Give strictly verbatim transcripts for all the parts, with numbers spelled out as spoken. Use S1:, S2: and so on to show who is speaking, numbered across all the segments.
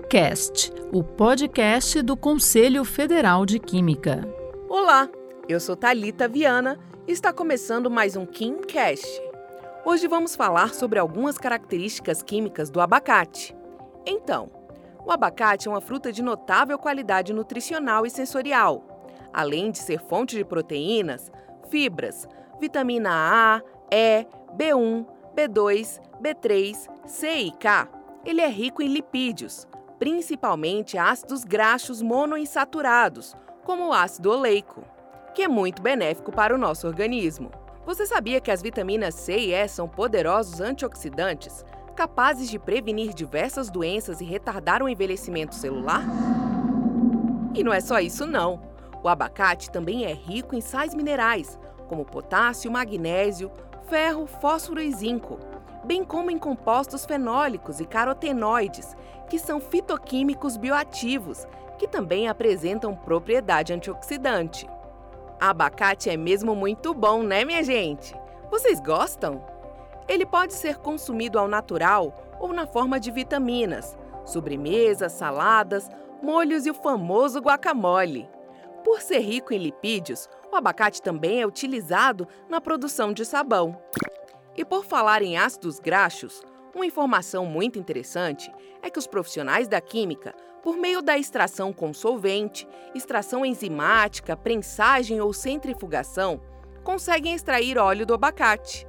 S1: KimCast, o podcast do Conselho Federal de Química.
S2: Olá, eu sou Thalita Viana e está começando mais um KimCast. Hoje vamos falar sobre algumas características químicas do abacate. Então, o abacate é uma fruta de notável qualidade nutricional e sensorial. Além de ser fonte de proteínas, fibras, vitamina A, E, B um, B dois, B três, C e K, ele é rico em lipídios, principalmente ácidos graxos monoinsaturados, como o ácido oleico, que é muito benéfico para o nosso organismo. Você sabia que as vitaminas C e E são poderosos antioxidantes, capazes de prevenir diversas doenças e retardar o envelhecimento celular? E não é só isso não. O abacate também é rico em sais minerais, como potássio, magnésio, ferro, fósforo e zinco, bem como em compostos fenólicos e carotenoides, que são fitoquímicos bioativos, que também apresentam propriedade antioxidante. Abacate é mesmo muito bom, né, minha gente? Vocês gostam? Ele pode ser consumido ao natural ou na forma de vitaminas, sobremesas, saladas, molhos e o famoso guacamole. Por ser rico em lipídios, o abacate também é utilizado na produção de sabão. E por falar em ácidos graxos, uma informação muito interessante é que os profissionais da química, por meio da extração com solvente, extração enzimática, prensagem ou centrifugação, conseguem extrair óleo do abacate.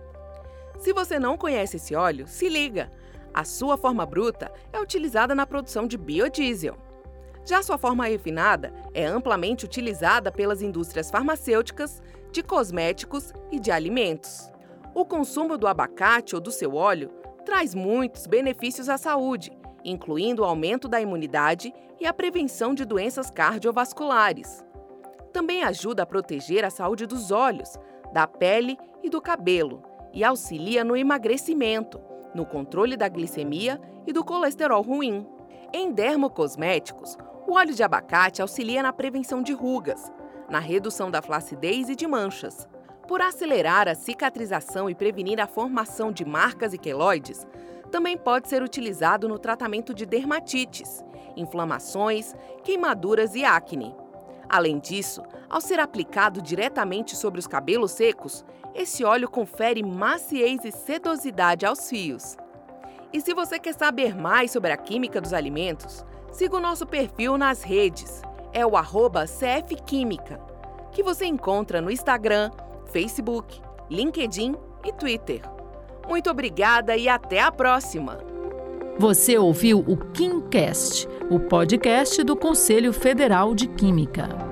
S2: Se você não conhece esse óleo, se liga! A sua forma bruta é utilizada na produção de biodiesel. Já sua forma refinada é amplamente utilizada pelas indústrias farmacêuticas, de cosméticos e de alimentos. O consumo do abacate ou do seu óleo traz muitos benefícios à saúde, incluindo o aumento da imunidade e a prevenção de doenças cardiovasculares. Também ajuda a proteger a saúde dos olhos, da pele e do cabelo e auxilia no emagrecimento, no controle da glicemia e do colesterol ruim. Em dermocosméticos, o óleo de abacate auxilia na prevenção de rugas, na redução da flacidez e de manchas. Por acelerar a cicatrização e prevenir a formação de marcas e queloides, também pode ser utilizado no tratamento de dermatites, inflamações, queimaduras e acne. Além disso, ao ser aplicado diretamente sobre os cabelos secos, esse óleo confere maciez e sedosidade aos fios. E se você quer saber mais sobre a química dos alimentos, siga o nosso perfil nas redes, é o arroba C F Química, que você encontra no Instagram, Facebook, LinkedIn e Twitter. Muito obrigada e até a próxima!
S1: Você ouviu o KimCast, o podcast do Conselho Federal de Química.